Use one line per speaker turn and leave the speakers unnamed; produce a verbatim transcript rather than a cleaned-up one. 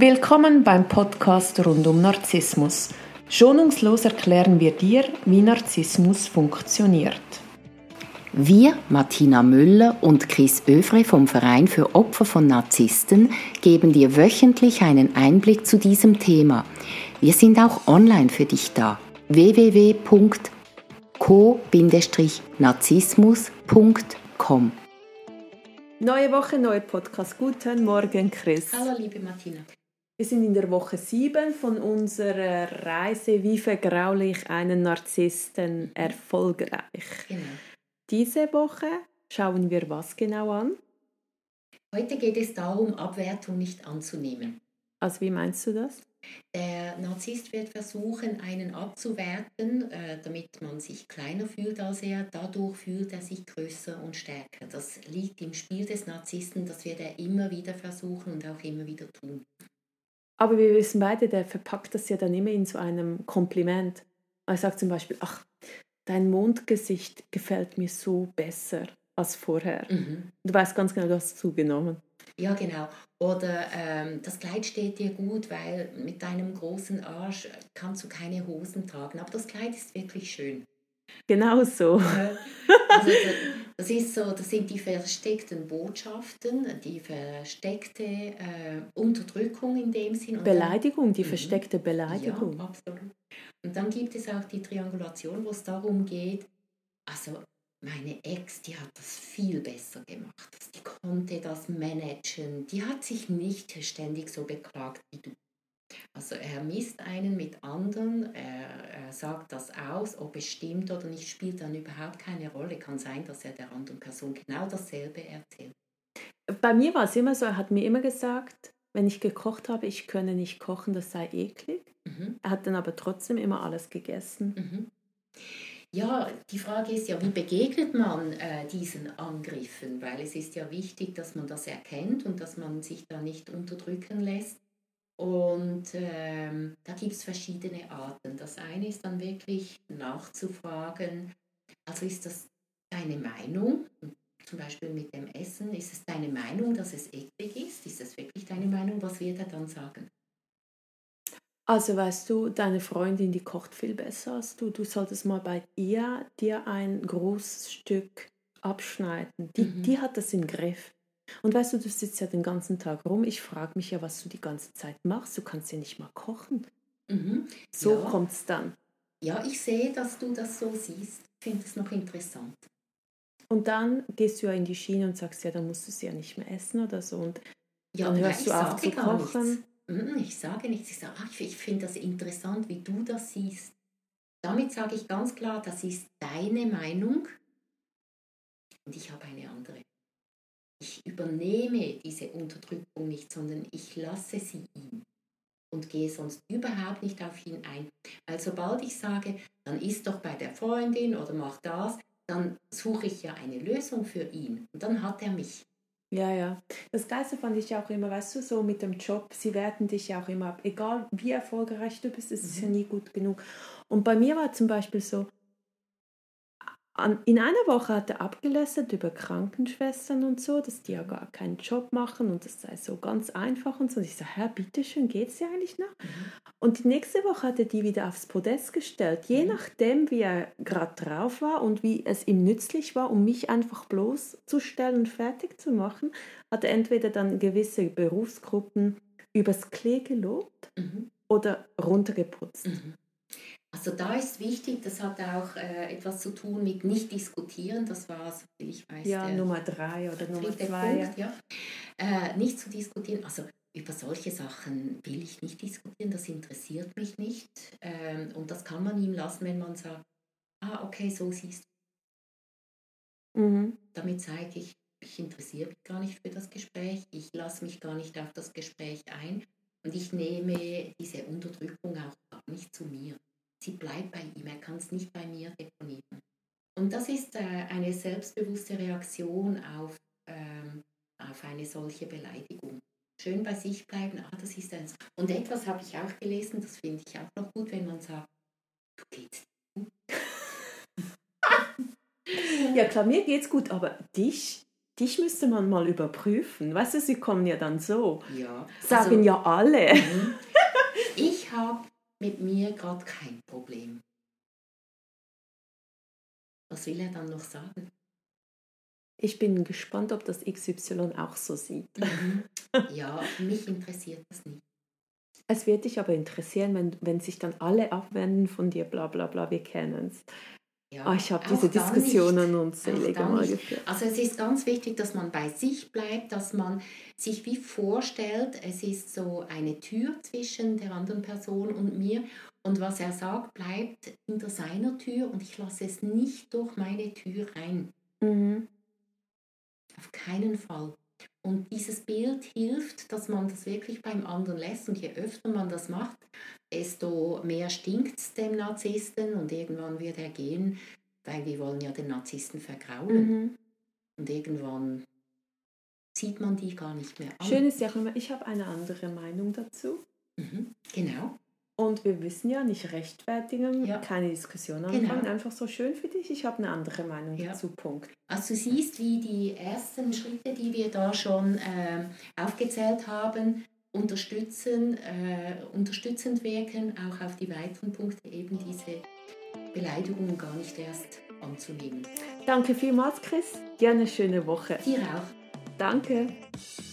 Willkommen beim Podcast rund um Narzissmus. Schonungslos erklären wir dir, wie Narzissmus funktioniert.
Wir, Martina Müller und Chris Övre vom Verein für Opfer von Narzissten, geben dir wöchentlich einen Einblick zu diesem Thema. Wir sind auch online für dich da. w w w punkt co Bindestrich narzissmus punkt com.
Neue Woche, neuer Podcast. Guten Morgen, Chris.
Hallo, liebe Martina.
Wir sind in der Woche sieben von unserer Reise «Wie vergraule ich einen Narzissten erfolgreich?».
Genau.
Diese Woche schauen wir was genau an?
Heute geht es darum, Abwertung nicht anzunehmen.
Also wie meinst du das?
Der Narzisst wird versuchen, einen abzuwerten, äh, damit man sich kleiner fühlt als er. Dadurch fühlt er sich größer und stärker. Das liegt im Spiel des Narzissten, das wird er immer wieder versuchen und auch immer wieder tun.
Aber wir wissen beide, der verpackt das ja dann immer in so einem Kompliment. Er sagt zum Beispiel, ach, dein Mondgesicht gefällt mir so besser als vorher. Mhm. Du weißt ganz genau, du hast zugenommen.
Ja, genau. Oder ähm, das Kleid steht dir gut, weil mit deinem großen Arsch kannst du keine Hosen tragen. Aber das Kleid ist wirklich schön.
Genau so.
Also das, ist so, das sind die versteckten Botschaften, die versteckte äh, Unterdrückung in dem Sinn. Und
Beleidigung,
dann,
die versteckte Beleidigung.
Ja, absolut. Und dann gibt es auch die Triangulation, wo es darum geht, also meine Ex, die hat das viel besser gemacht. Die konnte das managen. Die hat sich nicht ständig so beklagt wie du. Also er misst einen mit anderen, er, er sagt das aus, ob es stimmt oder nicht, spielt dann überhaupt keine Rolle. Kann sein, dass er der anderen Person genau dasselbe erzählt.
Bei mir war es immer so, er hat mir immer gesagt, wenn ich gekocht habe, ich könne nicht kochen, das sei eklig. Mhm. Er hat dann aber trotzdem immer alles gegessen.
Mhm. Ja, die Frage ist ja, wie begegnet man äh, diesen Angriffen? Weil es ist ja wichtig, dass man das erkennt und dass man sich da nicht unterdrücken lässt. Und ähm, da gibt es verschiedene Arten. Das eine ist dann wirklich nachzufragen, also ist das deine Meinung? Zum Beispiel mit dem Essen, ist es deine Meinung, dass es eklig ist? Ist es wirklich deine Meinung? Was wird er dann sagen?
Also weißt du, deine Freundin, die kocht viel besser als du. Du solltest mal bei ihr dir ein großes Stück abschneiden. Die, mhm. die hat das im Griff. Und weißt du, du sitzt ja den ganzen Tag rum. Ich frage mich ja, was du die ganze Zeit machst. Du kannst ja nicht mal kochen. Mhm. So ja. Kommt es dann.
Ja, ich sehe, dass du das so siehst. Ich finde es noch interessant.
Und dann gehst du ja in die Schiene und sagst, ja, dann musst du sie ja nicht mehr essen oder so. Und
ja,
dann hörst du auf zu kochen.
Nichts. Ich sage nichts. Ich sage, ach, ich finde das interessant, wie du das siehst. Damit sage ich ganz klar, das ist deine Meinung und ich habe eine andere. Ich übernehme diese Unterdrückung nicht, sondern ich lasse sie ihm und gehe sonst überhaupt nicht auf ihn ein. Weil sobald ich sage, dann ist doch bei der Freundin oder mach das, dann suche ich ja eine Lösung für ihn und dann hat er mich.
Ja, ja. Das Geilste fand ich ja auch immer, weißt du, so mit dem Job, sie werten dich ja auch immer ab. Egal wie erfolgreich du bist, ist es mhm. ja nie gut genug. Und bei mir war zum Beispiel so, an, in einer Woche hat er abgelästert über Krankenschwestern und so, dass die ja gar keinen Job machen und das sei so ganz einfach und so. Und ich so, Herr, bitteschön, geht's dir eigentlich noch? Mhm. Und die nächste Woche hat er die wieder aufs Podest gestellt, je mhm. nachdem, wie er gerade drauf war und wie es ihm nützlich war, um mich einfach bloßzustellen und fertig zu machen, hat er entweder dann gewisse Berufsgruppen übers Klee gelobt mhm. oder runtergeputzt. Mhm.
Also da ist wichtig, das hat auch äh, etwas zu tun mit nicht diskutieren, das war, so viel ich weiß,
ja,
der
Nummer drei oder Nummer zwei.
Punkt, ja. äh, nicht zu diskutieren, also über solche Sachen will ich nicht diskutieren, das interessiert mich nicht ähm, und das kann man ihm lassen, wenn man sagt, ah, okay, so siehst du. Mhm. Damit zeige ich, ich interessiere mich gar nicht für das Gespräch, ich lasse mich gar nicht auf das Gespräch ein und ich nehme diese Unterdrückung auch gar nicht zu mir. Sie bleibt bei ihm, er kann es nicht bei mir deponieren. Und das ist äh, eine selbstbewusste Reaktion auf, ähm, auf eine solche Beleidigung. Schön bei sich bleiben, ah, das ist eins. Und etwas habe ich auch gelesen, das finde ich auch noch gut, wenn man sagt, du geht's gut.
Ja klar, mir geht's gut, aber dich? dich müsste man mal überprüfen. Weißt du, sie kommen ja dann so.
Ja.
Sagen
also,
ja alle.
Ich habe mit mir gerade kein Problem. Was will er dann noch sagen?
Ich bin gespannt, ob das X Y auch so sieht.
Mhm. Ja, mich interessiert das nicht.
Es wird dich aber interessieren, wenn, wenn sich dann alle abwenden von dir, bla bla bla, wir kennen es.
Ja,
oh, ich habe diese Diskussionen unzählige Mal geführt.
Also es ist ganz wichtig, dass man bei sich bleibt, dass man sich wie vorstellt, es ist so eine Tür zwischen der anderen Person und mir und was er sagt, bleibt hinter seiner Tür und ich lasse es nicht durch meine Tür rein.
Mhm.
Auf keinen Fall. Und dieses Bild hilft, dass man das wirklich beim anderen lässt. Und je öfter man das macht, desto mehr stinkt es dem Narzissten und irgendwann wird er gehen, weil wir wollen ja den Narzissten vergraulen.
Mhm.
Und irgendwann sieht man die gar nicht mehr an.
Schön ist ja auch immer, ich habe eine andere Meinung dazu.
Mhm, genau.
Und wir wissen ja, nicht rechtfertigen,
Ja.
keine Diskussion anfangen,
Genau.
einfach so schön für dich, ich habe eine andere Meinung
Ja.
dazu, Punkt.
Also du siehst, wie die ersten Schritte, die wir da schon äh, aufgezählt haben, unterstützen, äh, unterstützend wirken, auch auf die weiteren Punkte, eben diese Beleidigung gar nicht erst anzunehmen.
Danke vielmals, Chris. Dir eine schöne Woche.
Dir auch.
Danke.